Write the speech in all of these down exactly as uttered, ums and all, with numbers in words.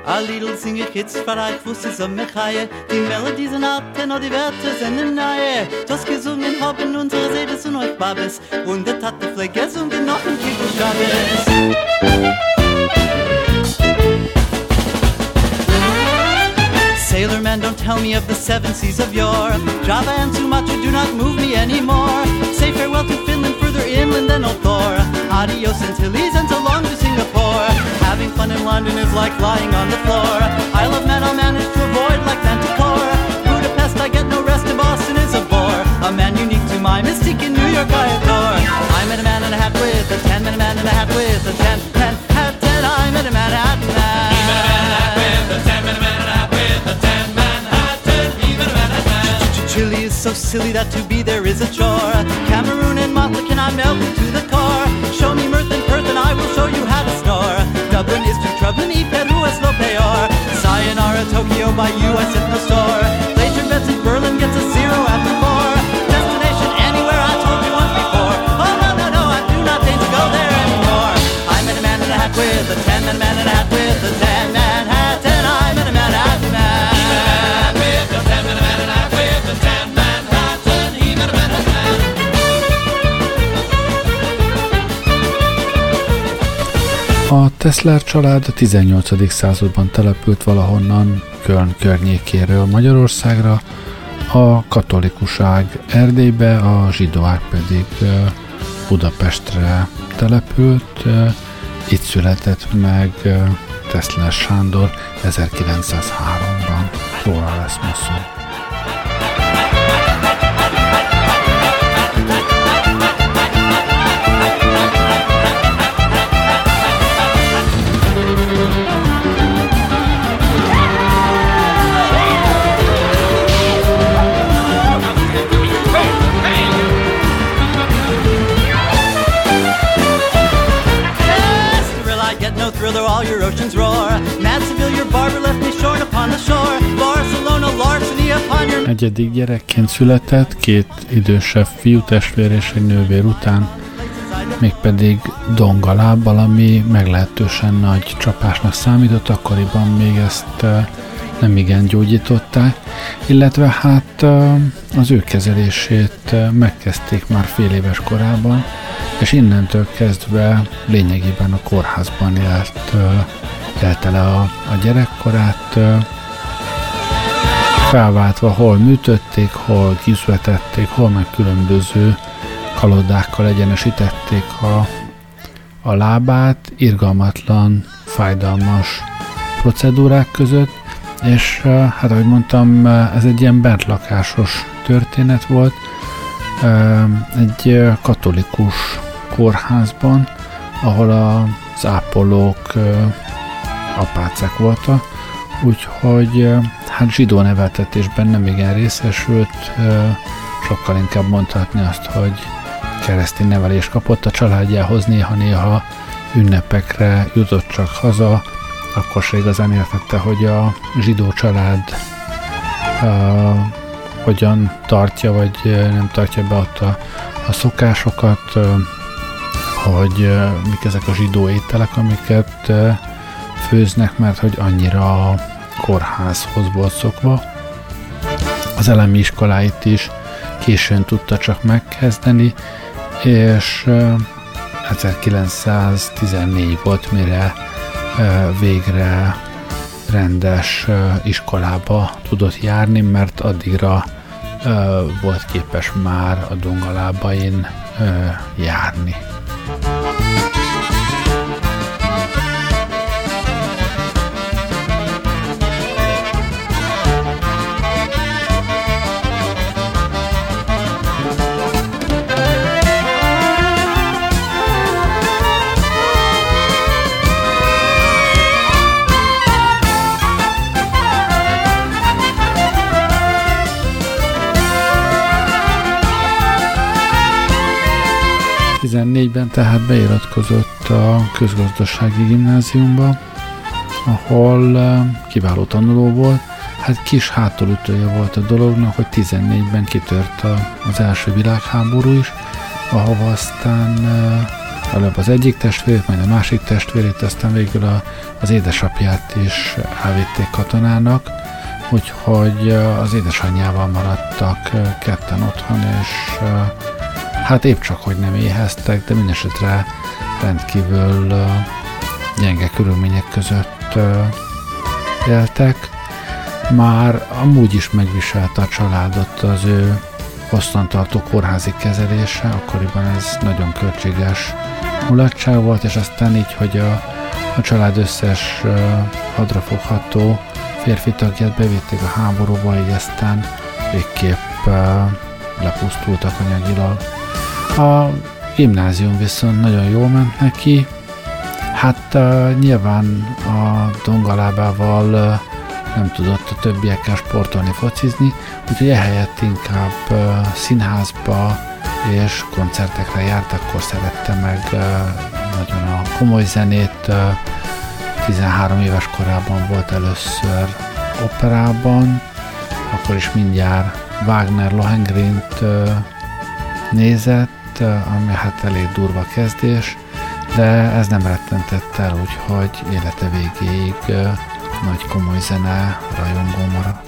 A little sing ich jetzt für euch, was ist am Mechaie. Die Melodie sind alten, und die Wörter sind neue. Das gesungen haben unsere Seele und euch Babes. Und der Tate Fleges und die noch ein Kickel Schabes. Sailor man, don't tell me of the seven seas of yore. Java and Sumatra do not move me anymore. Say farewell to Finland, further inland than Old Thor. Adios Antilles and so long to Singapore. Having fun in London is like lying on the floor. Isle of Man I'll manage to avoid like Manticore. Budapest I get no rest and Boston is a bore. A man unique to my mystique in New York I adore. I met a man in a hat with a ten, met a man in a hat with a ten, ten, hat, ten. I met a man in a hat, man. He met a man in a hat with a ten, met a man in a hat with a ten, Manhattan. He met a man in a hat. Chile is so silly that to be there is a chore. Cameroon and Motley can I melt into the core. Show me mirth and Perth and I will show you how to snore. Dublin is too troubling, y Peru es lo peor. Sayonara Tokyo, by you I set no store. Later bets in Berlin gets a zero after four. Destination anywhere I told you once before. Oh no no no, I do not think to go there anymore. I met a man in a hat with a ten, met a man in a hat with a ten, Manhattan. I met a man in a hat, man. He met a man in a hat with a ten, met a man in a hat with a ten, Manhattan. He met a man in a hat. A Tesler család a tizennyolcadik században települt valahonnan Köln környékéről Magyarországra, a katolikuság Erdélybe, a zsidóák pedig Budapestre települt. Itt született meg Tesler Sándor ezerkilencszázháromban. Róla lesz ma szó. All your oceans roar. Mad Seville, your barber left me shorn upon the shore. Barcelona, larceny upon your... Egyedik gyerekként született, két idősebb fiútestvér és egy nővér után, mégpedig dongalábbal, ami meglehetősen nagy csapásnak számított, akkoriban még ezt nem igen gyógyították, illetve hát az ő kezelését megkezdték már fél éves korában, és innentől kezdve lényegében a kórházban élt, élte le a, a gyerekkorát, felváltva hol műtötték, hol kiszvetették, hol meg különböző kalódákkal egyenesítették a, a lábát, irgalmatlan, fájdalmas procedúrák között, és hát ahogy mondtam, ez egy ilyen bentlakásos történet volt, egy katolikus kórházban, ahol az ápolók apácák voltak, úgyhogy hát zsidó neveltetésben nem igen részesült, sokkal inkább mondhatni azt, hogy keresztény nevelést kapott a családjához, néha-néha ünnepekre jutott csak haza, akkor se igazán értette, hogy a zsidó család uh, hogyan tartja, vagy nem tartja be ott a, a szokásokat, uh, hogy uh, mik ezek a zsidó ételek, amiket uh, főznek, mert hogy annyira a kórházhoz volt szokva. Az elemi iskoláit is későn tudta csak megkezdeni, és uh, ezerkilencszáztizennégy volt, mire uh, végre rendes uh, iskolába tudott járni, mert addigra uh, volt képes már a dongalábain uh, járni. tizennégyben tehát beiratkozott a közgazdasági gimnáziumba, ahol kiváló tanuló volt. Hát kis hátulütője volt a dolognak, hogy tizennégyben kitört az első világháború is, ahova aztán előbb az egyik testvérét, majd a másik testvérét, aztán végül a, az édesapját is elvitték katonának, úgyhogy az édesanyjával maradtak ketten otthon, és hát épp csak, hogy nem éheztek, de mindesetre rendkívül gyenge körülmények között éltek. Már amúgy is megviselte a családot az ő hosszantartó kórházi kezelése, akkoriban ez nagyon költséges mulatság volt, és aztán így, hogy a, a család összes uh, hadrafogható férfi tagját bevitték a háborúba, így aztán végképp uh, lepusztultak anyagilag. A gimnázium viszont nagyon jól ment neki, hát uh, nyilván a dongalábával uh, nem tudott a többiekkel sportolni, focizni, úgyhogy ehelyett inkább uh, színházba és koncertekre járt, akkor szerette meg uh, nagyon a komoly zenét. Uh, tizenhárom éves korában volt először operában, akkor is mindjárt Wagner Lohengrint uh, nézett, uh, ami hát elég durva kezdés, de ez nem rettentett el, úgyhogy élete végéig uh, nagy komoly zene rajongó maradt.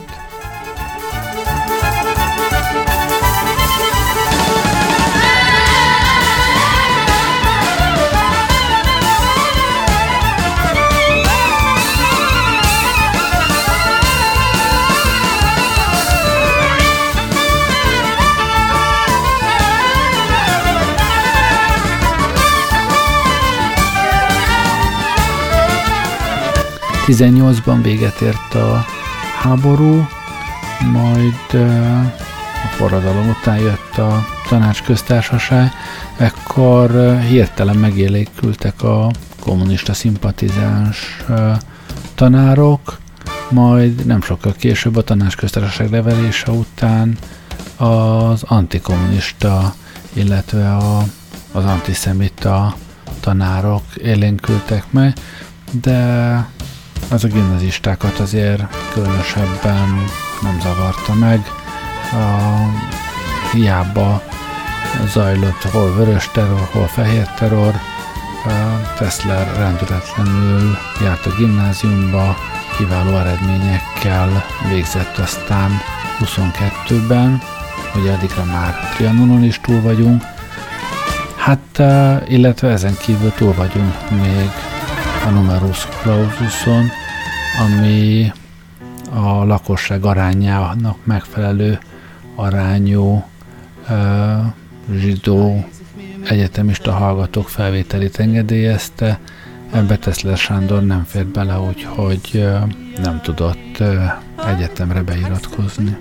tizennyolcban véget ért a háború, majd a forradalom után jött a Tanácsköztársaság, ekkor hirtelen megélénkültek a kommunista szimpatizáns tanárok, majd nem sokkal később a Tanácsköztársaság leverése után az antikommunista, illetve a, az antiszemita tanárok élénkültek meg, de az a gimnazistákat azért különösebben nem zavarta meg. A, hiába zajlott hol vörös terror, hol fehér terror. A Teszler rendületlenül járt a gimnáziumba, kiváló eredményekkel végzett aztán huszonkettőben, ugye addigra már Trianonon is túl vagyunk. Hát, illetve ezen kívül túl vagyunk még a numerus claususon, ami a lakosság arányának megfelelő arányú uh, zsidó egyetemista hallgatók felvételét engedélyezte. Ebbe Teszler Sándor nem fért bele, úgyhogy uh, nem tudott uh, egyetemre beiratkozni.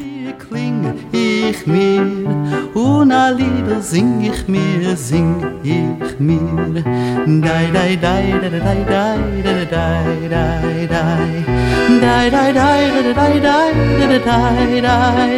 Ich mir, und a Lieder sing ich mir, sing ich mir. Dai dai dai dai dai dai dai dai dai dai dai dai dai dai dai dai dai dai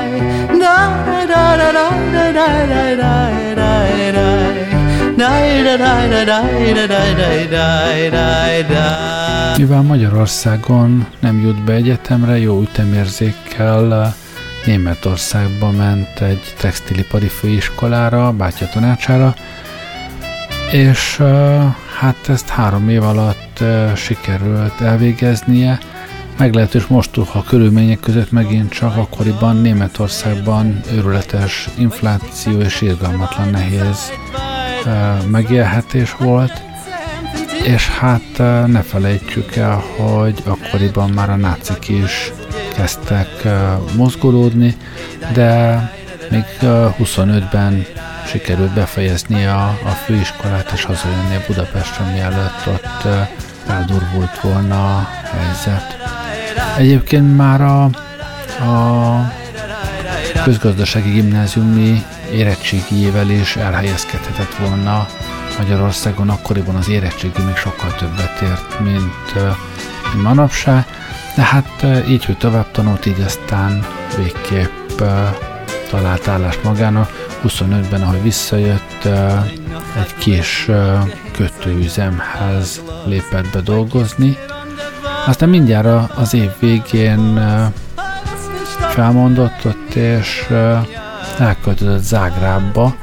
dai dai. Mivel Magyarországon nem jut be egyetemre, jó ütemérzékkel Németországba ment egy textilipari főiskolára, bátyja tanácsára, és hát ezt három év alatt sikerült elvégeznie. Meglehetős most, ha körülmények között megint csak akkoriban Németországban őrületes infláció és irgalmatlan nehéz megélhetés volt, és hát ne felejtsük el, hogy akkoriban már a nácik is kezdtek uh, mozgolódni, de még uh, huszonötben sikerült befejezni a, a főiskolát és hazajönni a Budapestre, mielőtt ott uh, eldurvult volna a helyzet. Egyébként már a, a közgazdasági gimnáziumi érettségijével is elhelyezkedhetett volna Magyarországon. Akkoriban az érettségi még sokkal többet ért, mint, uh, mint manapság. De hát így, hogy tovább tanult, így aztán végképp uh, talált állást magának. huszonötben, ahogy visszajött, uh, egy kis uh, kötőüzemhez lépett be dolgozni. Aztán mindjárt az év végén uh, felmondott ott, és uh, elköltözött Zágrábba,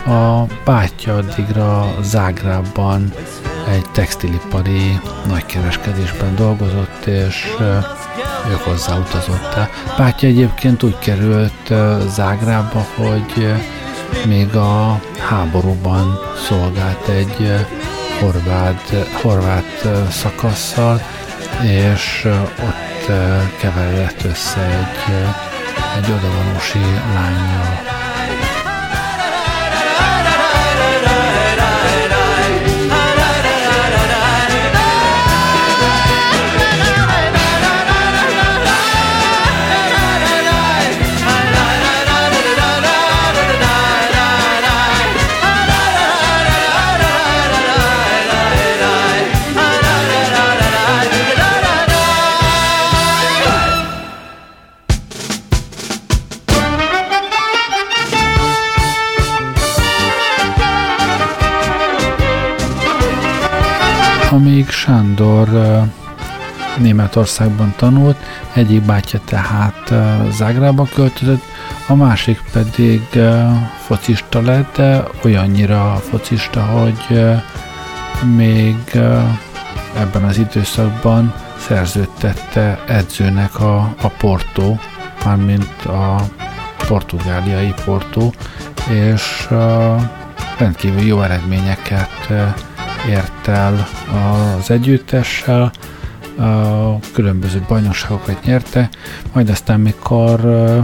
A bátyja addigra Zágrábban egy textilipari nagykereskedésben dolgozott, és ő hozzá utazott el. Bátyja egyébként úgy került Zágrába, hogy még a háborúban szolgált egy horvát, horvát szakasszal, és ott keveredett össze egy, egy odavalósi lánnyal. Amíg Sándor uh, Németországban tanult, egyik bátyja tehát uh, Zágrába költözött, a másik pedig uh, focista lett, de olyannyira focista, hogy uh, még uh, ebben az időszakban szerződtette edzőnek a, a Porto, mármint a portugáliai Porto, és uh, rendkívül jó eredményeket uh, ért el az együttessel, különböző bajnokságokat nyerte, majd aztán mikor,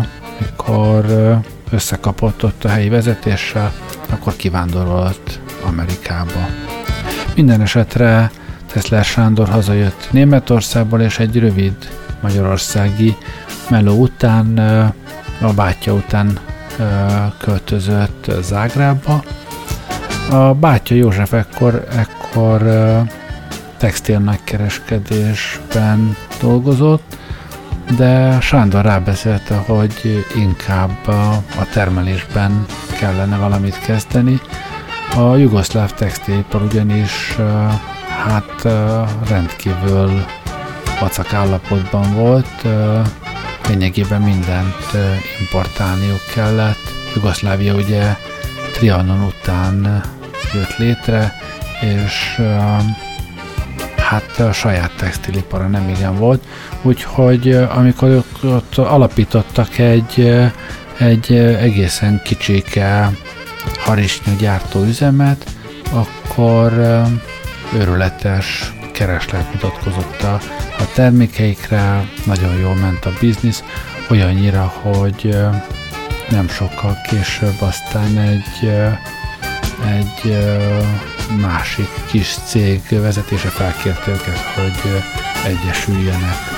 mikor összekapott ott a helyi vezetéssel, akkor kivándorolt Amerikába. Minden esetre Teszler Sándor hazajött Németországból, és egy rövid magyarországi meló után, a bátyja után költözött Zágrába. A bátyja József ekkor, ekkor uh, textil nagykereskedésben dolgozott, de Sándor rábeszélte, hogy inkább a, a termelésben kellene valamit kezdeni. A jugoszláv textilipar ugyanis uh, hát uh, rendkívül vacak állapotban volt, uh, lényegében mindent uh, importálniuk kellett. Jugoszlávia ugye Trianon után jött létre, és uh, hát a saját textilipara nem igen volt, úgyhogy uh, amikor ők ott alapítottak egy, uh, egy uh, egészen kicsike harisnyagyártó üzemet, akkor uh, őrületes kereslet mutatkozott a, a termékeikre, nagyon jól ment a biznisz, olyannyira, hogy uh, nem sokkal később aztán egy, egy másik kis cég vezetése felkérte őket, hogy egyesüljenek.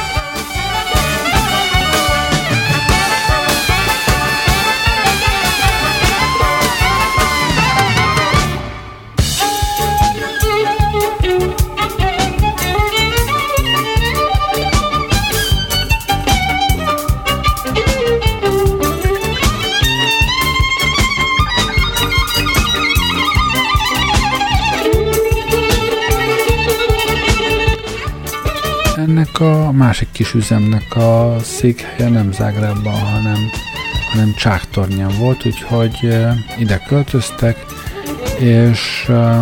Ennek a másik kis üzemnek a székhelye nem Zágrábban, hanem, hanem Csáktornyán volt, úgyhogy uh, ide költöztek, és uh,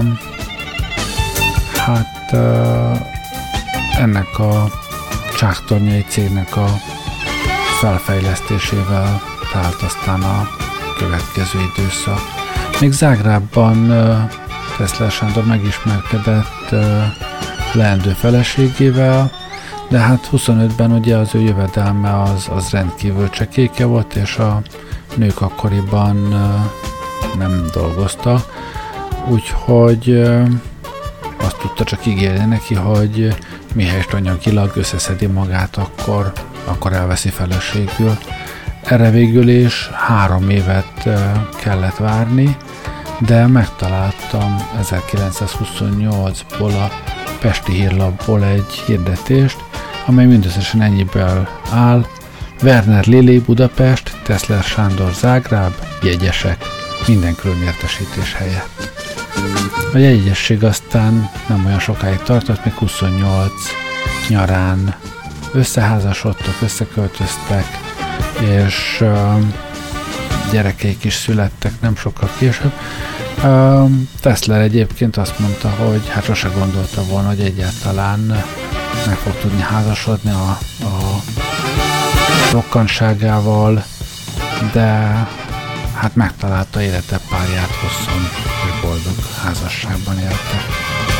hát uh, ennek a csáktornyai cégnek a felfejlesztésével talált aztán a következő időszak. Még Zágrábban uh, Teszler Sándor megismerkedett uh, leendő feleségével, de hát huszonötben ugye az ő jövedelme az, az rendkívül csekéke volt, és a nők akkoriban uh, nem dolgozta, úgyhogy uh, azt tudta csak ígérni neki, hogy mihelyest anyagilag összeszedi magát, akkor, akkor elveszi feleségül. Erre végül is három évet uh, kellett várni, de megtaláltam ezerkilencszázhuszonnyolcból a Pesti Hírlapból egy hirdetést, amely mindösszesen ennyiből áll: Werner Lili Budapest, Teszler Sándor Zágráb, jegyesek, minden különértesítés helyett. A jegyesség aztán nem olyan sokáig tartott, még huszonnyolc nyarán összeházasodtak, összeköltöztek, és uh, gyerekeik is születtek nem sokkal később. Tesla egyébként azt mondta, hogy hát sose gondolta volna, hogy egyáltalán meg fog tudni házasodni a, a rokkanságával, de hát megtalálta élete párját, hosszú és boldog házasságban éltek.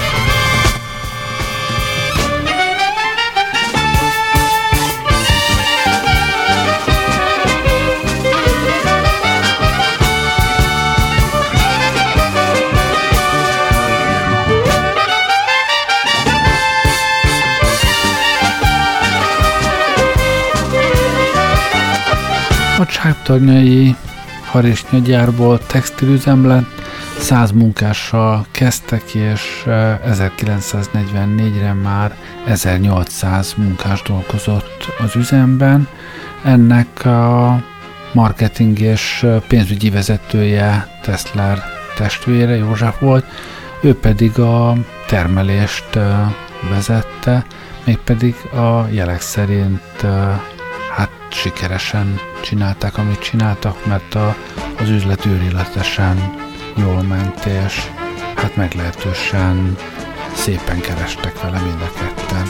A csáktornyai harisnyagyárból textilüzem lett, száz munkással kezdtek, és ezerkilencszáznegyvennégyre már ezernyolcszáz munkás dolgozott az üzemben. Ennek a marketing és pénzügyi vezetője Tesla testvére, József volt, ő pedig a termelést vezette, mégpedig a jelek szerint hát sikeresen csinálták, amit csináltak, mert a, az üzlet őrületesen jól ment, és hát meglehetősen szépen kerestek vele mind a ketten.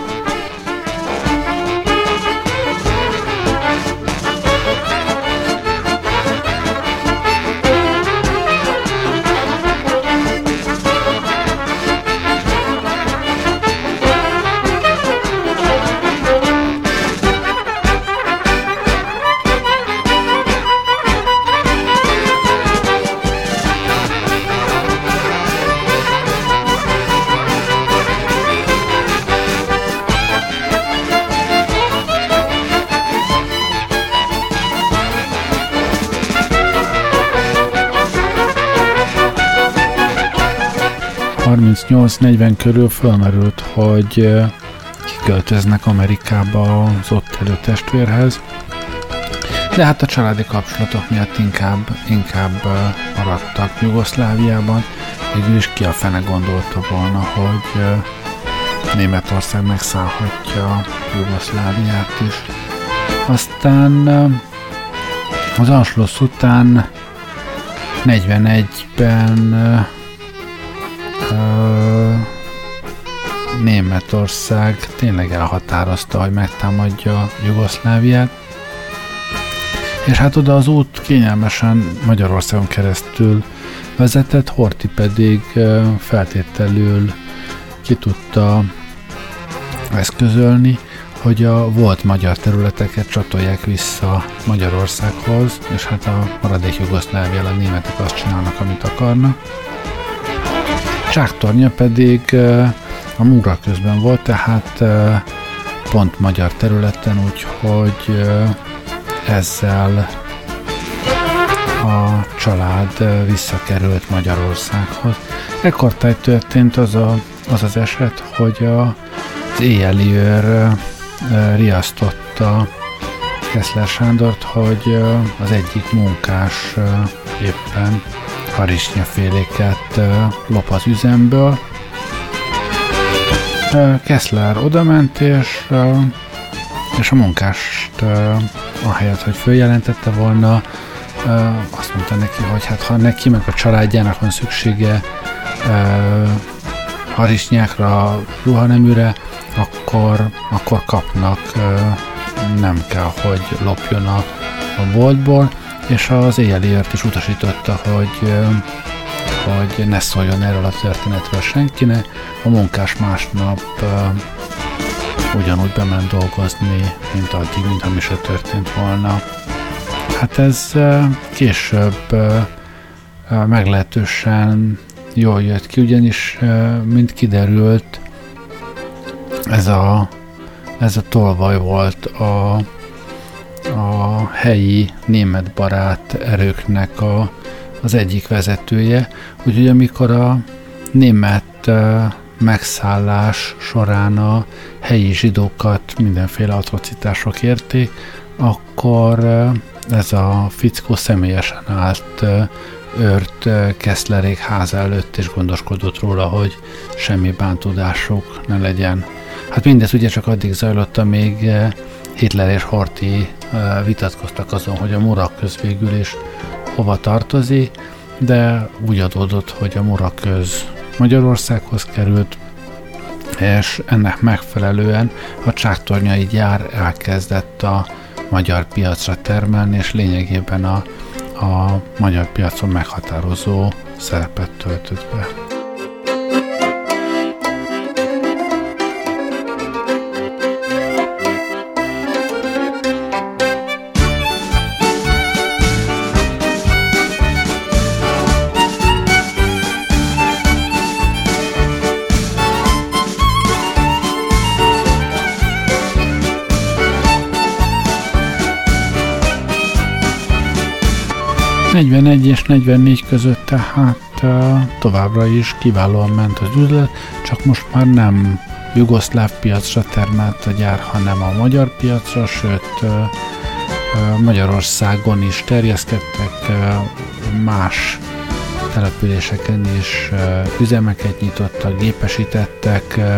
harmincnyolc negyven körül felmerült, hogy kiköltöznek Amerikába az ott élő testvérhez, de hát a családi kapcsolatok miatt inkább, inkább maradtak Jugoszláviában. Végül is ki a fene gondolta volna, hogy Németország megszállhatja Jugoszláviát is. Aztán az Anschluss után negyvenegyben Németország tényleg elhatározta, hogy megtámadja Jugoszláviát, és hát oda az út kényelmesen Magyarországon keresztül vezetett, Horthy pedig feltételül ki tudta eszközölni, hogy a volt magyar területeket csatolják vissza Magyarországhoz, és hát a maradék Jugoszláviával a németek azt csinálnak, amit akarnak. Csáktornya pedig a Múra közben volt, tehát pont magyar területen, úgyhogy ezzel a család visszakerült Magyarországhoz. Ekkortájt történt az, a, az az eset, hogy a, az éjjeli őr riasztotta Keszler Sándort, hogy az egyik munkás éppen harisnyaféléket lop az üzemből. Keszler odament, és, és a munkást ahelyett, hogy följelentette volna, azt mondta neki, hogy hát ha neki meg a családjának van szüksége harisnyákra, ruhaneműre, akkor, akkor kapnak, nem kell, hogy lopjon a, a boltból, és az éjjeli őrt is utasította, hogy, hogy ne szóljon erről a történetről senkinek. A munkás másnap ugyanúgy bement dolgozni, mint addig, mintha mi se történt volna. Hát ez később meglehetősen jól jött ki, ugyanis, mint kiderült, ez a, ez a tolvaj volt a, a helyi német barát erőknek a, az egyik vezetője. Úgyhogy amikor a német megszállás során a helyi zsidókat mindenféle atrocitások érték, akkor ez a fickó személyesen állt őrt Keszlerék háza előtt, és gondoskodott róla, hogy semmi bántódásuk ne legyen. Hát mindez ugye csak addig zajlott, amíg Hitler és Horthy vitatkoztak azon, hogy a Muraköz végül is hova tartozik, de úgy adódott, hogy a Muraköz Magyarországhoz került, és ennek megfelelően a csáktornyai gyár elkezdett a magyar piacra termelni, és lényegében a, a magyar piacon meghatározó szerepet töltött be. negyvenegy és negyvennégy között tehát uh, továbbra is kiválóan ment az üzlet, csak most már nem jugoszláv piacra termelt a gyár, hanem a magyar piacra, sőt uh, uh, Magyarországon is terjeszkedtek, uh, más településeken is uh, üzemeket nyitottak, gépesítettek, uh,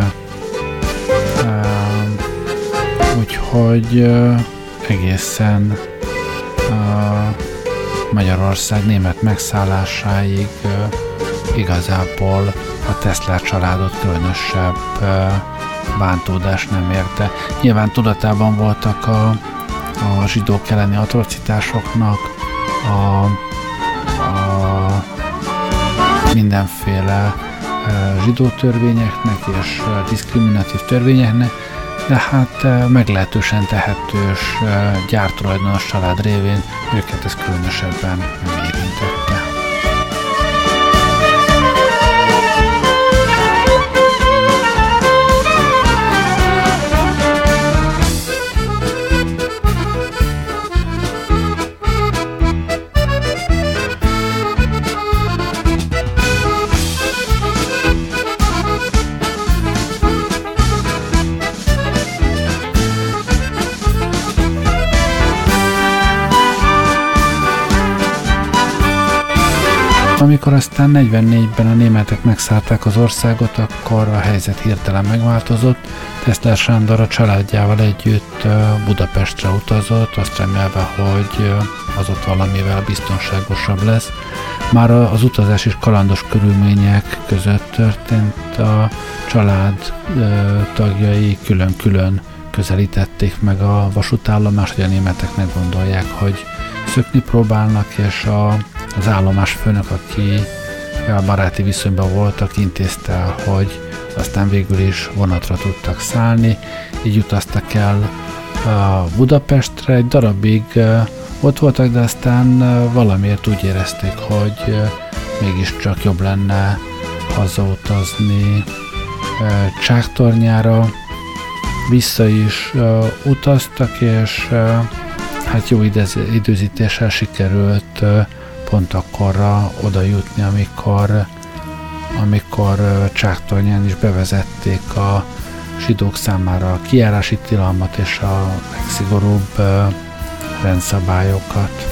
uh, úgyhogy uh, egészen uh, Magyarország német megszállásáig uh, igazából a Tesler családot különösebb uh, bántódás nem érte. Nyilván tudatában voltak a, a zsidók elleni atrocitásoknak, a, a mindenféle uh, zsidó törvényeknek és uh, diszkriminatív törvényeknek, de hát uh, meglehetősen tehetős uh, gyártulajdonos család révén őket ez különösebben nem érintette. Amikor aztán negyvennégyben a németek megszállták az országot, akkor a helyzet hirtelen megváltozott. Tesler Sándor a családjával együtt Budapestre utazott, azt remélve, hogy az ott valamivel biztonságosabb lesz. Már az utazás is kalandos körülmények között történt, a család tagjai külön-külön közelítették meg a vasútállomást, hogy a németek ne gondolják, hogy szökni próbálnak, és a az állomás főnök, aki a baráti viszonyban voltak, intézte, hogy aztán végül is vonatra tudtak szállni, így utaztak el Budapestre, egy darabig ott voltak, de aztán valamiért úgy érezték, hogy mégiscsak jobb lenne hazautazni Csáktornyára. Vissza is utaztak, és hát jó időzítéssel sikerült pont akkorra oda jutni, amikor, amikor Csáktornyán is bevezették a zsidók számára a kijárási tilalmat és a legszigorúbb rendszabályokat.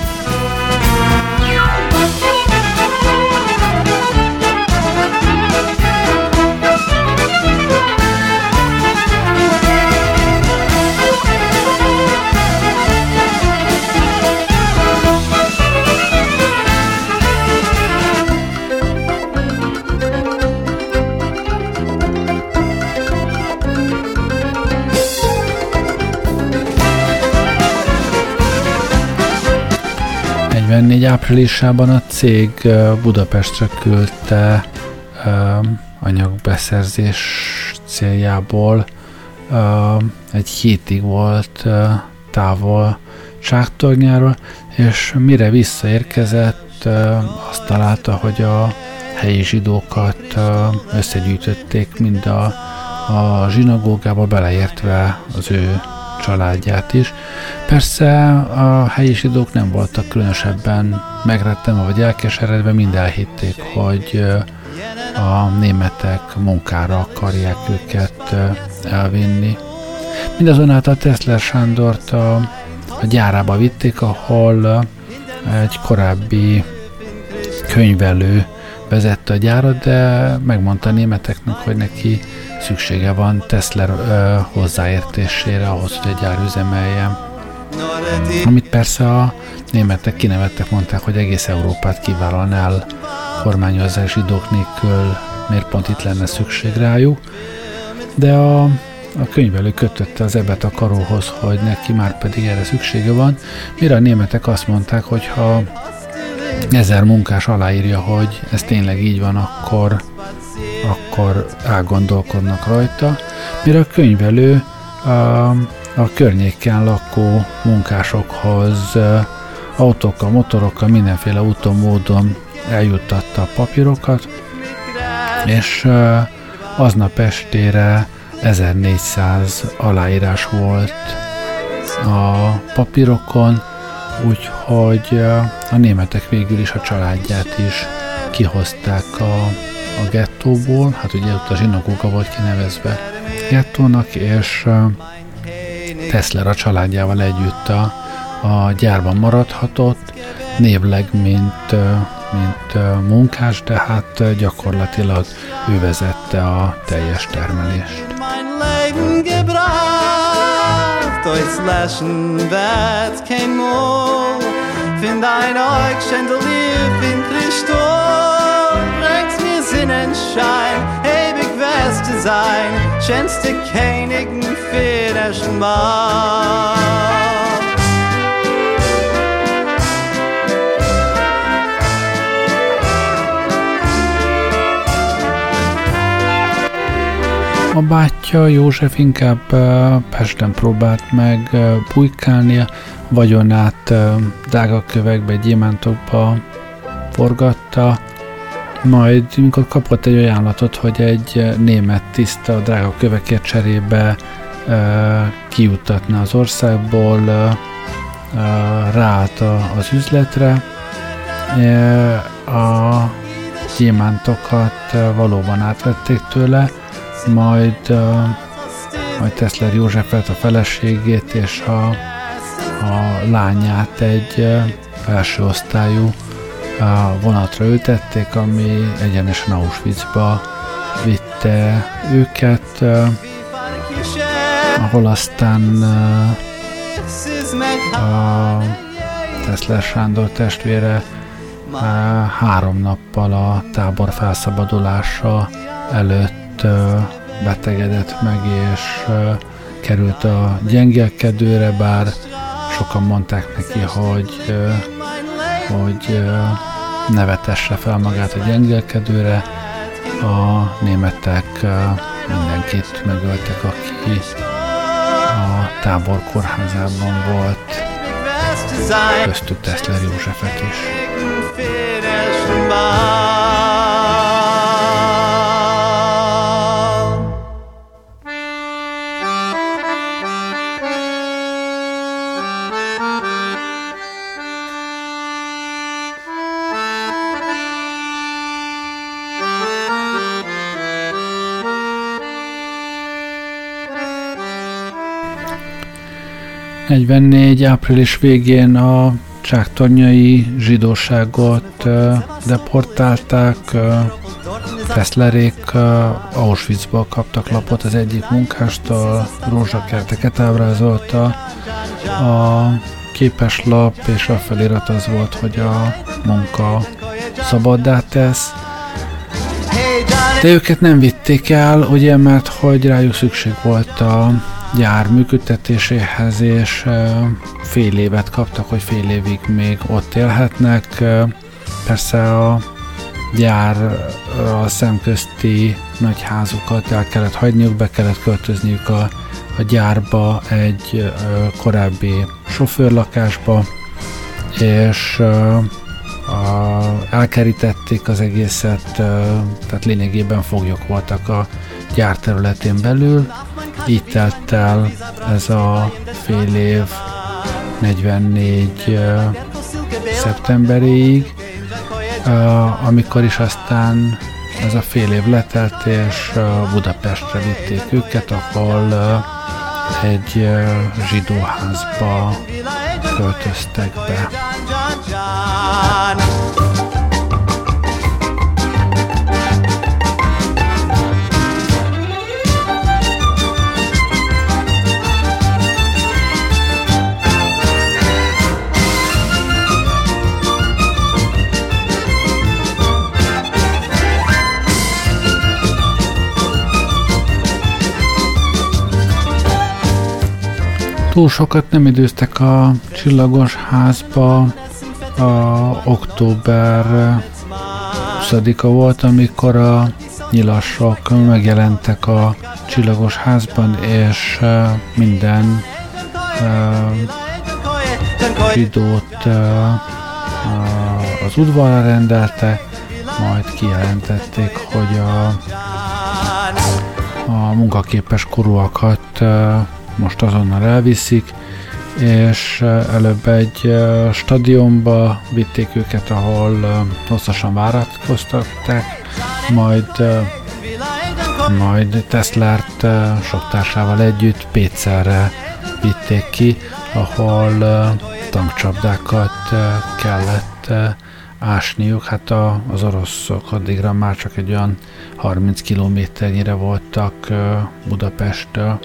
negyvennégy áprilisában a cég Budapestre küldte anyagbeszerzés céljából, egy hétig volt távol Csáktornyáról, és mire visszaérkezett, azt találta, hogy a helyi zsidókat összegyűjtötték mind a, a zsinagógába, beleértve az ő családját is. Persze a helyi zsidók nem voltak különösebben megrettenve vagy elkeseredve, mind elhitték, hogy a németek munkára akarják őket elvinni. Mindazonáltal Tesler Sándort a, a gyárába vitték, ahol egy korábbi könyvelő vezette a gyárat, de megmondta a németeknek, hogy neki szüksége van Tesler ö, hozzáértésére ahhoz, hogy a gyár üzemeljen. amit persze a németek kinevettek, mondták, hogy egész Európát kivállalnál kormányozni zsidók nélkül, miért pont itt lenne szükség rájuk, de a, a könyvelő kötötte az ebet a karóhoz, hogy neki már pedig erre szüksége van, mire a németek azt mondták, hogy ha ezer munkás aláírja, hogy ez tényleg így van, akkor, akkor elgondolkodnak rajta, mire a könyvelő a, a környéken lakó munkásokhoz autókkal, motorokkal, mindenféle úton, módon eljuttatta a papírokat, és aznap estére ezernégyszáz aláírás volt a papírokon, úgyhogy a németek végül is a családját is kihozták a, a gettóból, hát ugye ott a zsinagóga volt kinevezve gettónak, és Tesler a családjával együtt a, a gyárban maradhatott, névleg, mint, mint munkás, de hát gyakorlatilag ő vezette a teljes termelést. Durchs Läschen wird kein Mol, find ein Eug Chandelier, find Christoph, bringst mir Sinnenschein, ewig wirst du sein, schönste Königen für das Mal. A bátyja József inkább Pesten próbált meg bujkálni, vagyonát drága kövekbe, gyémántokba forgatta, majd amikor kapott egy ajánlatot, hogy egy német tiszt a drága kövekért cserébe kijuttatna az országból, ráállt az üzletre. A gyémántokat valóban átvették tőle, majd, uh, majd Tesler Józsefet, a feleségét és a, a lányát egy uh, felső osztályú uh, vonatra ültették, ami egyenesen Auschwitzba vitte őket, uh, ahol aztán uh, a Tesler Sándor testvére uh, három nappal a tábor felszabadulása előtt betegedett meg, és uh, került a gyengélkedőre, bár sokan mondták neki, hogy, uh, hogy uh, ne vetesse fel magát a gyengélkedőre. A németek uh, mindenkit megöltek, aki a tábor kórházában volt, köztük Tesler Józsefet is. negyvennégy április végén a csáktornyai zsidóságot uh, deportálták, uh, Teslerék uh, Auschwitzba kaptak lapot az egyik munkástól, rózsakerteket ábrázolta a képeslap, és a felirat az volt, hogy a munka szabaddá tesz. De őket nem vitték el, ugye, mert hogy rájuk szükség volt a gyár működtetéséhez, és fél évet kaptak, hogy fél évig még ott élhetnek. Persze a gyárra szemközti nagy házukat el kellett hagyniuk, be kellett költözniük a, a gyárba egy korábbi sofőrlakásba, és a, elkerítették az egészet, tehát lényegében foglyok voltak a gyár területén belül. Így telt el ez a fél év negyvennégy uh, szeptemberéig, uh, amikor is aztán ez a fél év letelt, és uh, Budapestre vitték őket, ahol uh, egy uh, zsidóházba költöztek be. Túl sokat nem időztek a Csillagos Házba. A október huszadika volt, amikor a nyilasok megjelentek a Csillagos Házban, és minden zsidót az udvarra rendelte, majd kijelentették, hogy a, a munkaképes korúakat most azonnal elviszik, és előbb egy stadionba vitték őket, ahol hosszasan várakoztatták, majd, majd Teslert sok társával együtt Pécelre vitték ki, ahol tankcsapdákat kellett ásniuk. Hát a, az oroszok addigra már csak egy olyan harminc kilométernyire voltak Budapesttől.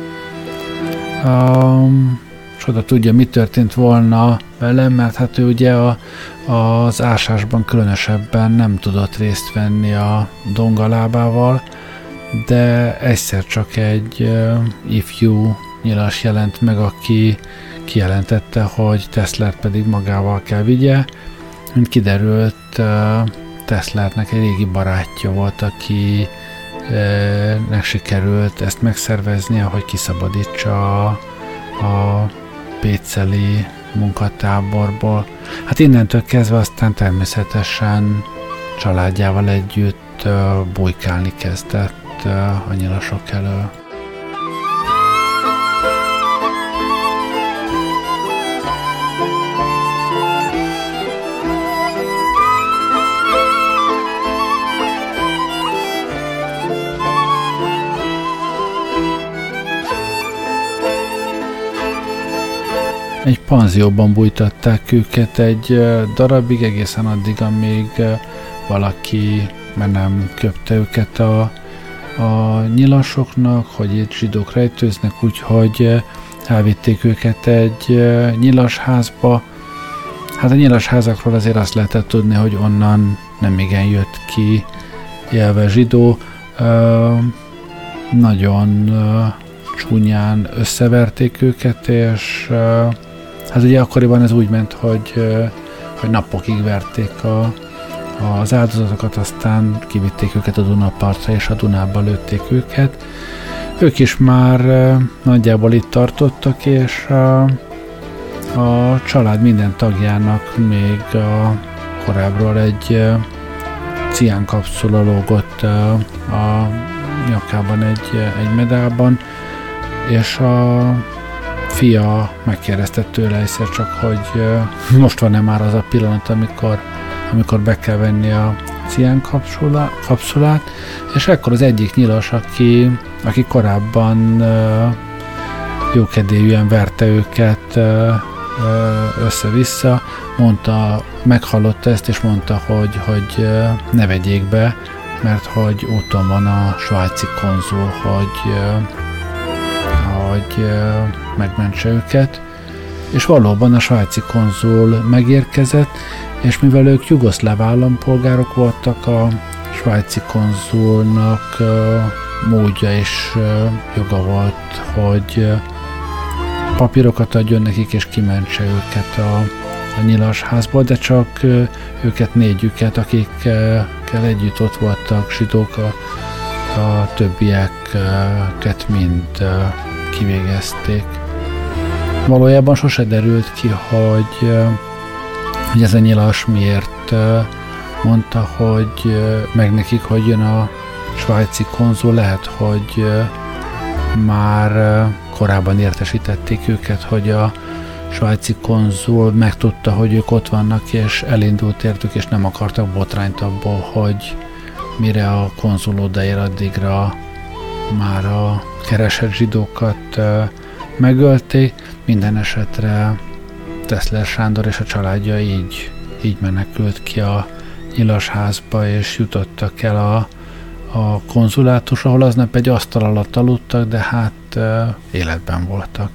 Um, Csoda tudja, mi történt volna velem, mert hát ő ugye a, az ásásban különösebben nem tudott részt venni a dongalábával, de egyszer csak egy uh, ifjú nyilas jelent meg, aki kijelentette, hogy Teslert pedig magával kell vigye. Mint kiderült, uh, Teslernek egy régi barátja volt, aki nek sikerült ezt megszerveznie, hogy kiszabadítsa a, a péceli munkatáborból. Hát innentől kezdve aztán természetesen családjával együtt uh, bujkálni kezdett uh, a nyilasok elől. Egy panzióban bújtatták őket egy darabig, egészen addig, amíg valaki mert nem köpte őket a, a nyilasoknak, hogy itt zsidók rejtőznek, úgyhogy elvitték őket egy nyilasházba. Hát a nyilasházakról azért azt lehetett tudni, hogy onnan nem igen jött ki élve zsidó. Nagyon csúnyán összeverték őket, és hát ugye akkoriban ez úgy ment, hogy, hogy napokig verték a, az áldozatokat, aztán kivitték őket a Dunapartra, és a Dunába lőtték őket. Ők is már nagyjából itt tartottak, és a, a család minden tagjának még a korábbról egy ciánkapszula lógott a nyakában egy, egy medálban, és a fia megkérdezte tőle egyszer csak, hogy most van-e már az a pillanat, amikor, amikor be kell venni a cián kapszula, kapszulát, és ekkor az egyik nyilas, aki, aki korábban jókedélyűen verte őket össze-vissza, mondta, meghallotta ezt, és mondta, hogy, hogy ne vegyék be, mert hogy úton van a svájci konzul, hogy hogy megmentse őket, és valóban a svájci konzul megérkezett, és mivel ők jugoszláv állampolgárok voltak, a svájci konzulnak módja és joga volt, hogy papírokat adjon nekik, és kimentse őket a, a nyilasházból, de csak őket, négyüket, akikkel együtt ott voltak zsidók, a, a többieket mind kivégezték. Valójában sose derült ki, hogy, hogy ez a nyilas miért mondta, hogy meg nekik, hogy jön a svájci konzul. Lehet, hogy már korábban értesítették őket, hogy a svájci konzul megtudta, hogy ők ott vannak, és elindult értük, és nem akartak botrányt abból, hogy mire a konzul odaér, addigra már a keresett zsidókat uh, megölték. Minden esetre Tesler Sándor és a családja így, így menekült ki a nyilasházba, és jutottak el a, a konzulátus, ahol aznap egy asztal alatt aludtak, de hát uh, életben voltak.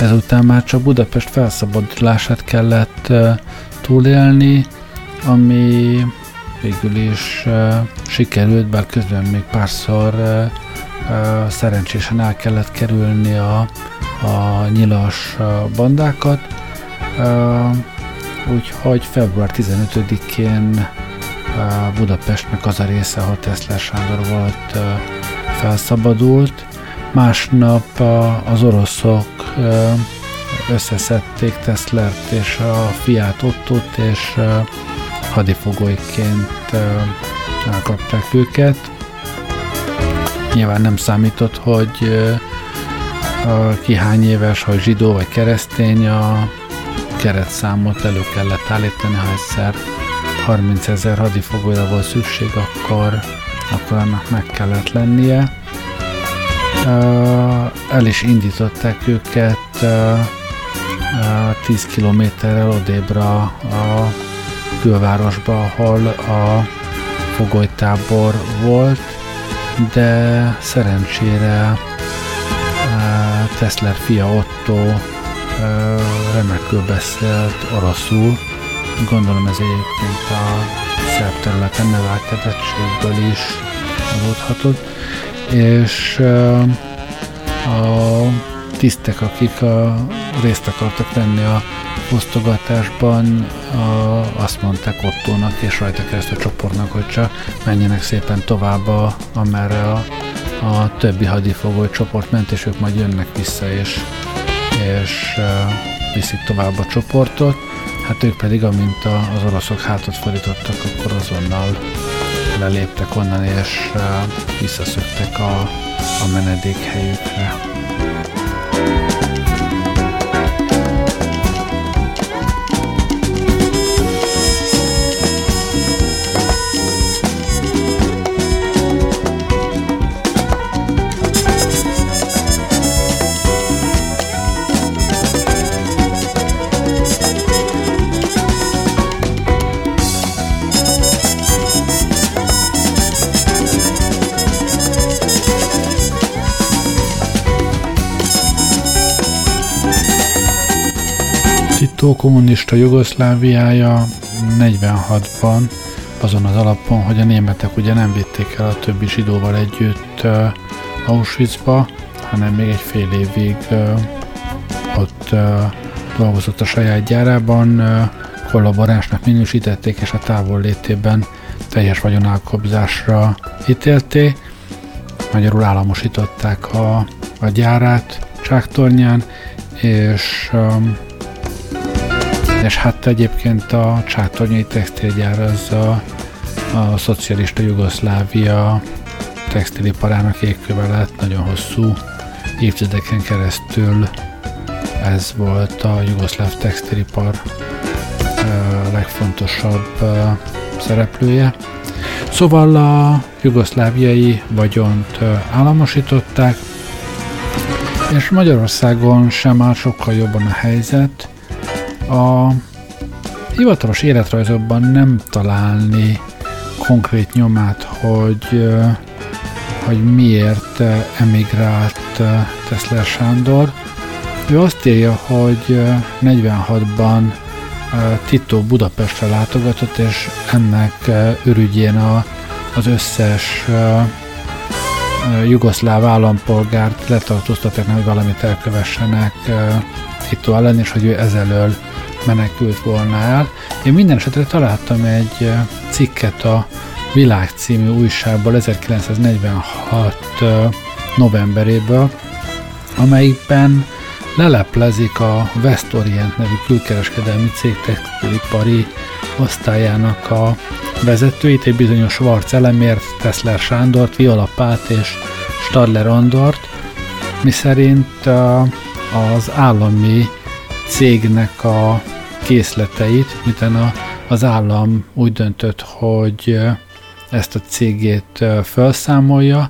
ezután már csak Budapest felszabadulását kellett túlélni, ami végül is sikerült, bár közben még párszor szerencsésen el kellett kerülni a, a nyilas bandákat. Úgyhogy február tizenötödikén Budapestnek az a része, ahol Teszler Sándor volt, felszabadult. Másnap az oroszok összeszedték Teszlert és a fiát Ottót, és hadifogolyként elkapták őket. Nyilván nem számított, hogy ki hány éves, hogy zsidó vagy keresztény, a keretszámot elő kellett állítani, ha egyszer harmincezer hadifogolyra volt szükség, akkor, akkor annak meg kellett lennie. El is indították őket tíz kilométerrel odébbra a külvárosba, ahol a fogolytábor volt, de szerencsére Teszler fia Otto remekül beszélt oroszul. Gondolom ez egyébként a szerb területen nevelkedettségből is adódhatott, és a tisztek, akik a részt akartak venni a fosztogatásban, a, azt mondták Ottónak és rajta keresztül a csoportnak, hogy csak menjenek szépen tovább, a, amerre a, a többi hadifogoly csoport ment, és ők majd jönnek vissza, és, és uh, viszik tovább a csoportot. Hát ők pedig, amint a, az oroszok hátat fordítottak, akkor azonnal leléptek onnan, és uh, visszaszöktek a, a menedékhelyükre. Kommunista Jugoszláviája negyvenhatban azon az alapon, hogy a németek ugye nem vitték el a többi zsidóval együtt uh, Auschwitzba, hanem még egy fél évig uh, ott uh, dolgozott a saját gyárában, uh, kollaboránsnak minősítették, és a távollétében teljes vagyonelkobzásra ítélték. Magyarul államosították a, a gyárát Csáktornyán, és um, és hát egyébként a csáktornyai textilgyár az a, a szocialista Jugoszlávia textiliparának égköve lett, nagyon hosszú évtizedeken keresztül ez volt a jugoszláv textilipar uh, legfontosabb uh, szereplője. Szóval a jugoszláviai vagyont uh, államosították, és Magyarországon sem áll sokkal jobban a helyzet. A hivatalos életrajzokban nem találni konkrét nyomát, hogy, hogy miért emigrált Teszler Sándor. Ő azt írja, hogy negyvenhatban Tito Budapestre látogatott, és ennek ürügyén a, az összes jugoszláv állampolgárt letartóztatták, hogy valamit elkövessenek Tito ellen, és hogy ő ezelől menekült volna el. Én minden esetre találtam egy cikket a Világ című újságból ezerkilencszáznegyvenhat novemberéből, amelyikben leleplezik a West Orient nevű külkereskedelmi cég textilipari osztályának a vezetőit, egy bizonyos Schwarz Elemért, Teszler Sándort, Viola Pát és Stadler Andort, miszerint az állami cégnek a készleteit, miután az állam úgy döntött, hogy ezt a cégét felszámolja,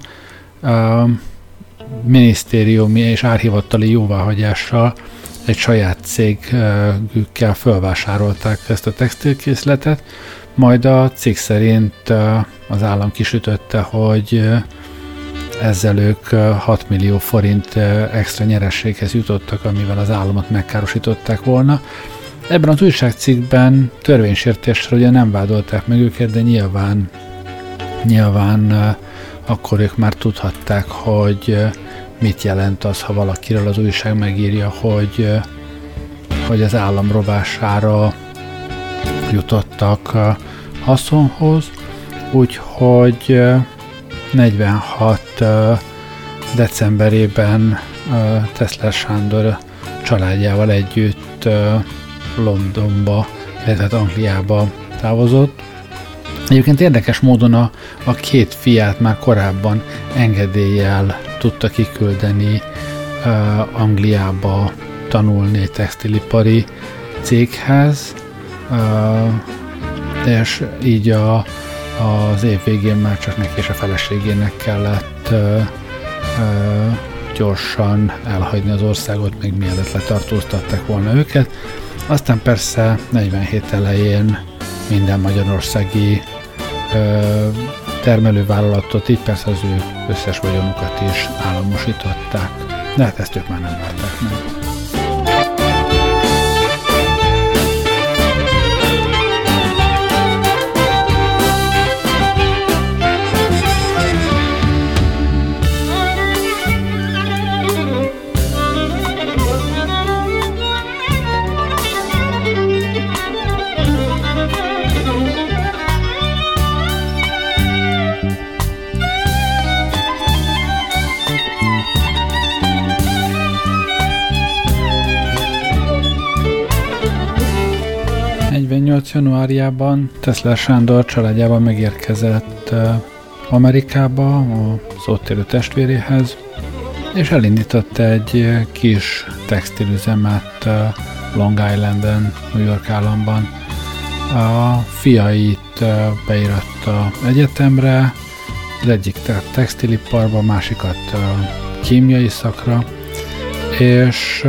minisztériumi és árhivatali jóváhagyással egy saját cégükkel felvásárolták ezt a textilkészletet, majd a cég szerint az állam kisütötte, hogy ezzel ők hat millió forint extra nyerességhez jutottak, amivel az államot megkárosították volna. Ebben az újságcikkben törvénysértésre ugye nem vádolták meg őket, de nyilván, nyilván akkor ők már tudhatták, hogy mit jelent az, ha valakiről az újság megírja, hogy, hogy az állam rovására jutottak haszonhoz, úgyhogy negyvenhat decemberében Tesler Sándor családjával együtt Londonba, illetve Angliába távozott. Egyébként érdekes módon a, a két fiát már korábban engedéllyel tudta kiküldeni uh, Angliába tanulni egy textilipari céghez, uh, és így a, az év végén már csak neki és a feleségének kellett uh, uh, gyorsan elhagyni az országot, még mielőtt letartóztatták volna őket. Aztán persze negyvenhét elején minden magyarországi ö, termelővállalatot, így persze az ő összes vagyonukat is államosították. De hát ezt ők már nem várták meg. negyvennyolc januárjában Tesler Sándor családjával megérkezett Amerikába, az ott élő testvéréhez, és elindított egy kis textilüzemet Long Islanden, New York államban. A fiait beíratta egyetemre, az egyik textiliparba, a másikat kémiai szakra, és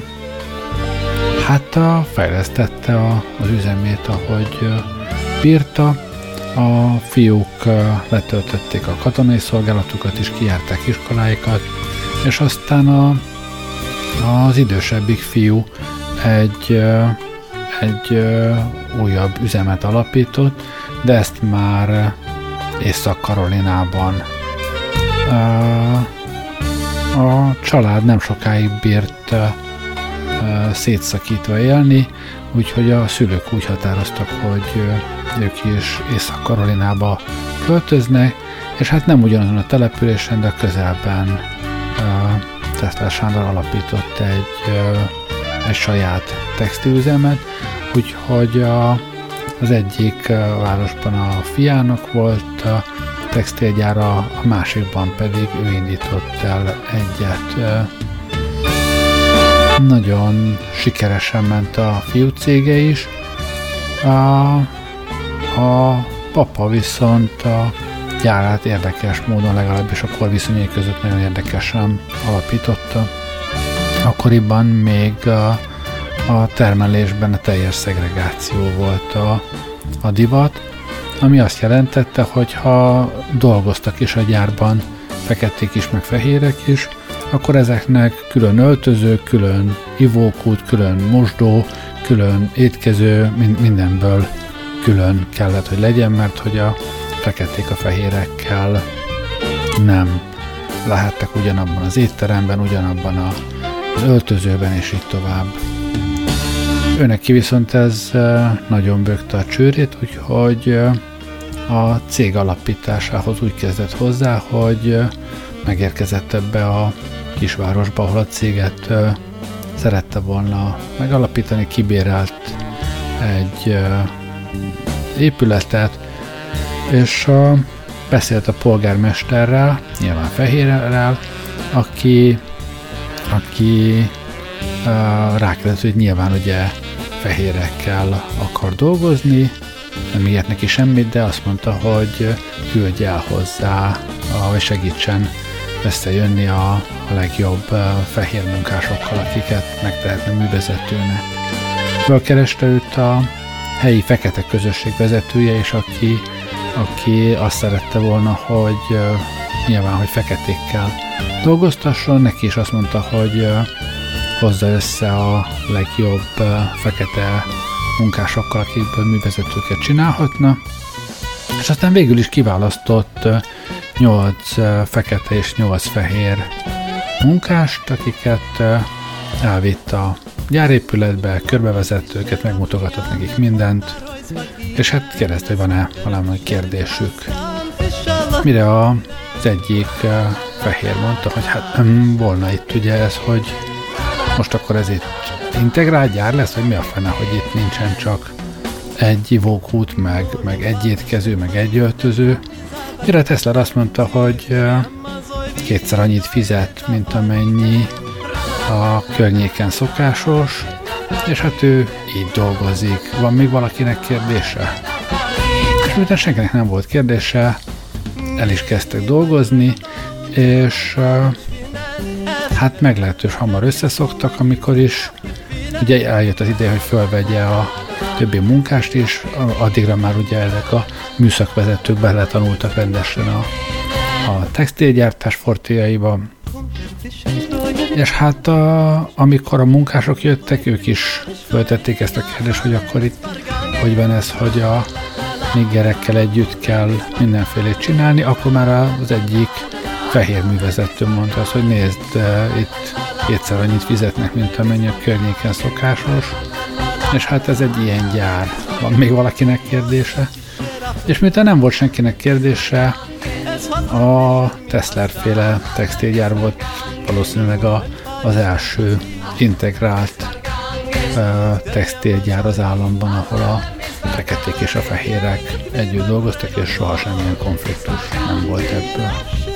hát a, fejlesztette a, az üzemét, ahogy uh, bírta. A fiúk uh, letöltötték a katonai szolgálatukat is, kijárták iskoláikat, és aztán a, az idősebbik fiú egy, uh, egy uh, újabb üzemet alapított, de ezt már Észak-Karolinában. Uh, a család nem sokáig bírt uh, szétszakítva élni, úgyhogy a szülők úgy határoztak, hogy ők is Észak-Karolinába költöznek, és hát nem ugyanazon a településen, de a közelben uh, Tesler Sándor alapított egy, uh, egy saját textilüzemet, úgyhogy a, az egyik uh, városban a fiának volt a textilgyára, a másikban pedig ő indított el egyet. Uh, Nagyon sikeresen ment a fiú cége is. A, a papa viszont a gyárát érdekes módon, legalábbis a korviszonyai között nagyon érdekesen alapította. Akkoriban még a, a termelésben a teljes szegregáció volt a, a divat, ami azt jelentette, hogy ha dolgoztak is a gyárban feketék is, meg fehérek is, akkor ezeknek külön öltöző, külön ivókút, külön mosdó, külön étkező, mindenből külön kellett, hogy legyen, mert hogy a feketék a fehérekkel nem lehettek ugyanabban az étteremben, ugyanabban az öltözőben, és így tovább. Őneki viszont ez nagyon bökte a csőrét, úgyhogy a cég alapításához úgy kezdett hozzá, hogy megérkezett ebbe a kisvárosba, ahol a céget uh, szerette volna megalapítani, kibérelt egy uh, épületet, és uh, beszélt a polgármesterrel, nyilván fehérrel, aki, aki uh, rákérdezett, hogy nyilván ugye fehérekkel akar dolgozni, nem ígért neki semmit, de azt mondta, hogy küldje el hozzá, hogy segítsen összejönni a, a legjobb uh, fehér munkásokkal, akiket megtehetne művezetőnek. Fölkereste őt a helyi fekete közösség vezetője, és aki, aki azt szerette volna, hogy uh, nyilván, hogy feketékkel dolgoztasson, neki is azt mondta, hogy hozza össze a legjobb fekete munkásokkal, akikből művezetőket csinálhatna, és aztán végül is kiválasztott nyolc fekete és nyolc fehér munkást, akiket elvitt a gyárépületbe, körbevezett őket, megmutogatott nekik mindent, és hát kérdezte, hogy van-e valami kérdésük. Mire az egyik fehér mondta, hogy hát um, volna itt ugye ez, hogy most akkor ez itt integrált gyár lesz, vagy mi a fene, hogy itt nincsen csak egy ivókút, meg, meg egy étkező, meg egy öltöző. Mire Tesla azt mondta, hogy kétszer annyit fizet, mint amennyi a környéken szokásos, és hát ő így dolgozik. Van még valakinek kérdése? És miután senkinek nem volt kérdése, el is kezdtek dolgozni, és hát meglehetős hamar összeszoktak, amikor is ugye eljött az ideje, hogy fölvegye a többi munkást is, addigra már ugye ezek a műszakvezetők beletanultak rendesen a, a textilgyártás fortéjaiba. És hát a, amikor a munkások jöttek, ők is föltették ezt a kérdést, hogy akkor itt hogy van ez, hogy a niggerekkel együtt kell mindenfélét csinálni, akkor már az egyik fehér művezető mondta azt, hogy nézd, itt kétszer annyit fizetnek, mint amennyi a környéken szokásos, és hát ez egy ilyen gyár. Van még valakinek kérdése? És miután nem volt senkinek kérdése, a Tesla-féle textilgyár volt valószínűleg a, az első integrált uh, textilgyár az államban, ahol a feketék és a fehérek együtt dolgoztak, és soha semmilyen konfliktus nem volt ebből.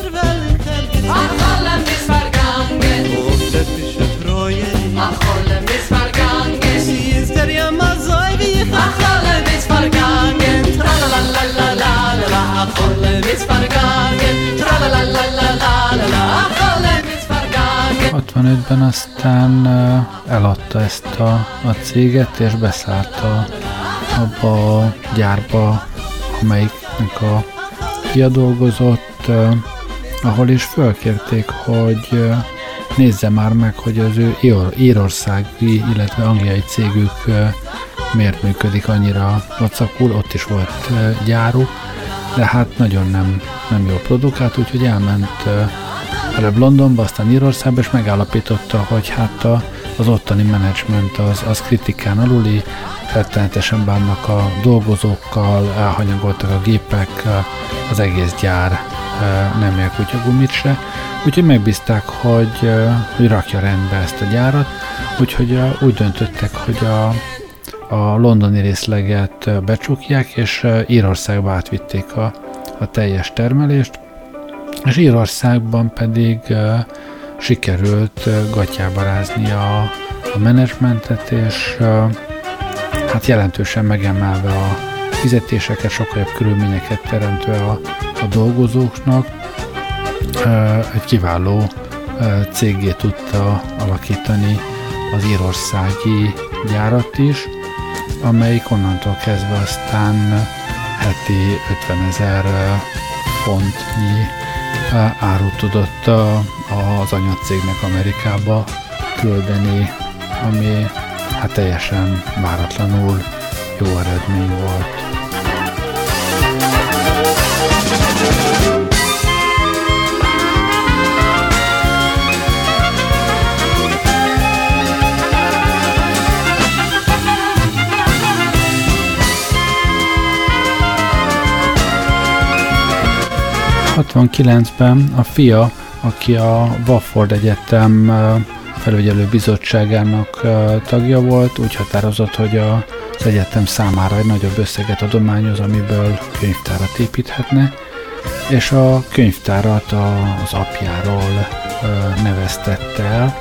hatvanötben aztán eladta ezt a, a céget, és beszállt a, abba a gyárba, amelyiknek a fia dolgozott, ahol is fölkérték, hogy nézze már meg, hogy az ő írországi, illetve angliai cégük miért működik annyira vacakul, ott is volt gyáruk, de hát nagyon nem, nem jól produkált, úgyhogy elment előbb Londonba, aztán Írországba, és megállapította, hogy hát a, az ottani menedzsment az, az kritikán aluli, rettenetesen bánnak a dolgozókkal, elhanyagoltak a gépek, az egész gyár nem ér kutyagumit se, úgyhogy megbízták, hogy, hogy rakja rendbe ezt a gyárat, úgyhogy úgy döntöttek, hogy a, a londoni részleget becsukják, és Írországba átvitték a, a teljes termelést, és Írországban pedig uh, sikerült uh, gatyába rázni a, a menedzsmentet, és uh, hát jelentősen megemelve a fizetéseket, sokkal jobb körülményeket teremtve a, a dolgozóknak, uh, egy kiváló uh, céggé tudta alakítani az írországi gyárat is, amelyik onnantól kezdve aztán heti ötvenezer fontnyi árut tudott az anyacégnek Amerikába küldeni, ami hát teljesen váratlanul jó eredmény volt. hatvankilencben a fia, aki a Wofford Egyetem felügyelő bizottságának tagja volt, úgy határozott, hogy az egyetem számára egy nagyobb összeget adományoz, amiből könyvtárat építhetne, és a könyvtárat az apjáról neveztette el.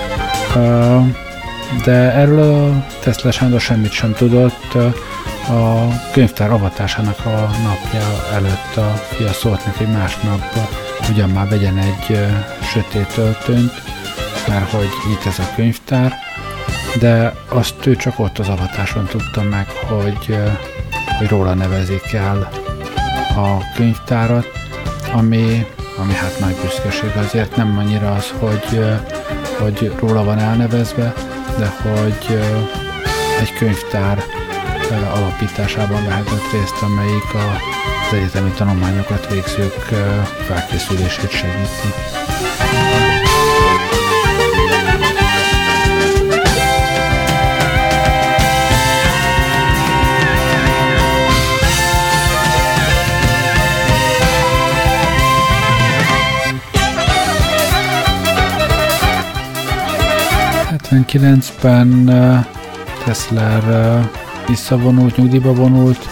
De erről a Tesla Sándor semmit sem tudott. A könyvtár avatásának a napja előtt a fia szólt neki, hogy másnap ugyan már vegyen egy sötét öltönyt, mert hogy itt ez a könyvtár, de azt ő csak ott az avatáson tudta meg, hogy, hogy róla nevezik el a könyvtárat, ami ami hát nagy büszkeség. Azért nem annyira az, hogy, hogy róla van elnevezve, de hogy egy könyvtár alapításában vehetett részt, amelyik az egyetemi tanulmányokat végzők felkészülését segíti. hetvenkilencben Tesler visszavonult, nyugdíjba vonult,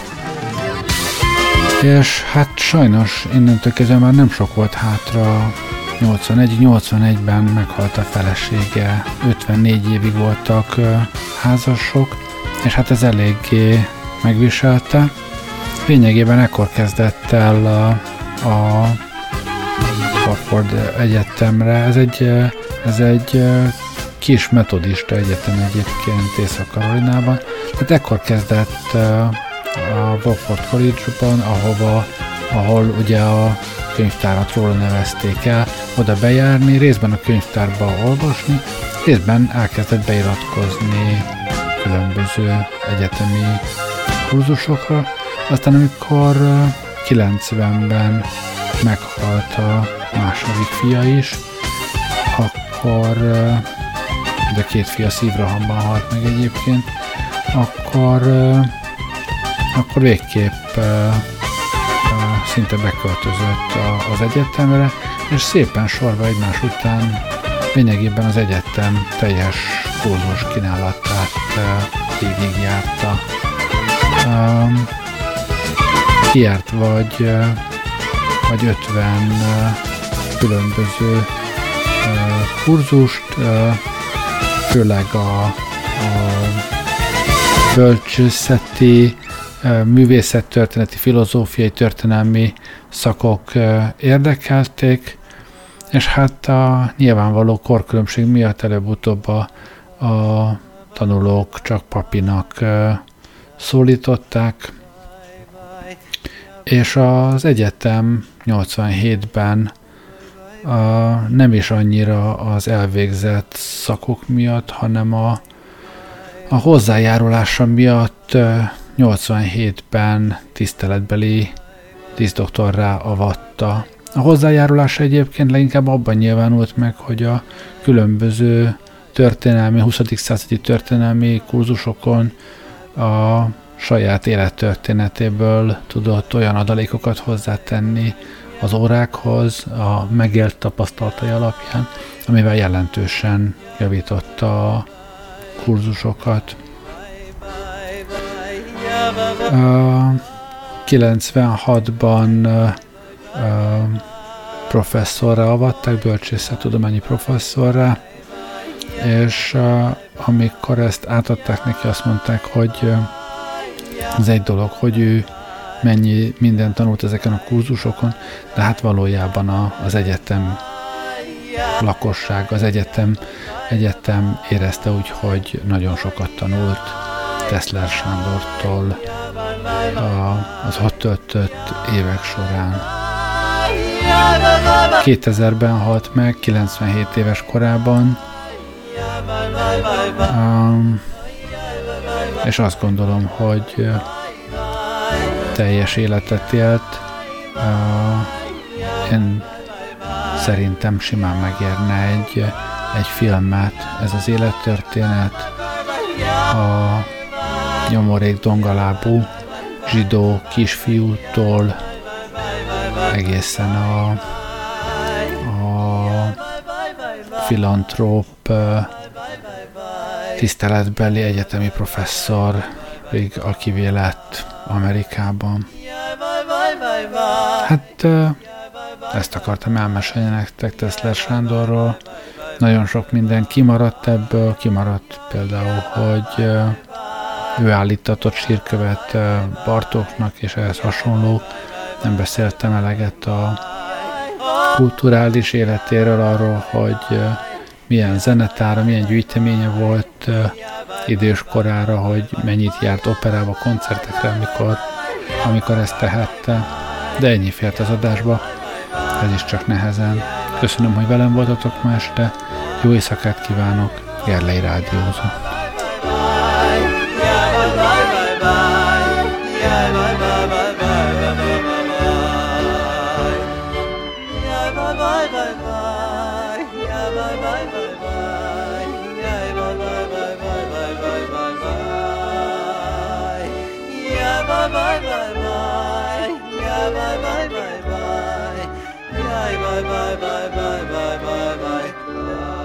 és hát sajnos innentől kezdve már nem sok volt hátra. nyolcvanegy nyolcvanegyben meghalt a felesége, ötvennégy évig voltak házasok, és hát ez eléggé megviselte. Lényegében ekkor kezdett el a, a Harvard Egyetemre. Ez egy, ez egy kis metodista egyetem egyébként Észak-Karolinában. Tehát ekkor kezdett a Wofford College-ban, ahova, ahol ugye a könyvtárat róla nevezték el, oda bejárni, részben a könyvtárba olvasni, részben elkezdett beiratkozni különböző egyetemi kurzusokra. Aztán amikor kilencvenben meghalt a második fia is, akkor, de két fia szívrohamban halt meg egyébként, akkor, akkor végképp szinte beköltözött az egyetemre, és szépen sorba egymás után lényegében az egyetem teljes kurzus kínálatát végigjárta. Kijárt vagy, vagy ötven különböző kurzust, főleg a, a bölcsészeti, művészettörténeti, filozófiai, történelmi szakok érdekelték, és hát a nyilvánvaló korkülönbség miatt előbb-utóbb a, a tanulók csak papinak szólították, és az egyetem nyolcvanhétben a, nem is annyira az elvégzett szakok miatt, hanem a, a hozzájárulása miatt nyolcvanhétben tiszteletbeli díszdoktorrá avatta. A hozzájárulása egyébként leginkább abban nyilvánult meg, hogy a különböző történelmi, huszadik századi történelmi kurzusokon a saját élettörténetéből tudott olyan adalékokat hozzátenni az órákhoz, a megélt tapasztalatai alapján, amivel jelentősen javította a kurzusokat. kilencvenhatban professzorra avatták, bölcsészettudományi professzorra, és amikor ezt átadták neki, azt mondták, hogy ez egy dolog, hogy ő mennyi mindent tanult ezeken a kurzusokon, de hát valójában a, az egyetem lakosság, az egyetem, egyetem érezte úgy, hogy nagyon sokat tanult Tesler Sándortól a, az ott töltött évek során. kétezerben halt meg, kilencvenhét éves korában, um, és azt gondolom, hogy teljes életet élt. Uh, én szerintem simán megérne egy, egy filmet ez az élettörténet. A nyomorék dongalábú zsidó kisfiútól egészen a, a filantróp tiszteletbeli egyetemi professzor, akivé lett Amerikában. Hát ezt akartam elmesélni nektek Tesler Sándorról. Nagyon sok minden kimaradt ebből, kimaradt például, hogy ő állítatott sírkövet Bartóknak, és ehhez hasonló. Nem beszéltem eleget a kulturális életéről, arról, hogy milyen zenetára, milyen gyűjteménye volt idős korára, hogy mennyit járt operába, koncertekre, amikor, amikor ezt tehette. De ennyi fért az adásba. ez is csak nehezen. Köszönöm, hogy velem voltatok ma este, jó éjszakát kívánok, Gerlei rádiózó. Bye bye bye bye, yeah bye bye bye bye, yeah bye bye bye bye bye bye bye.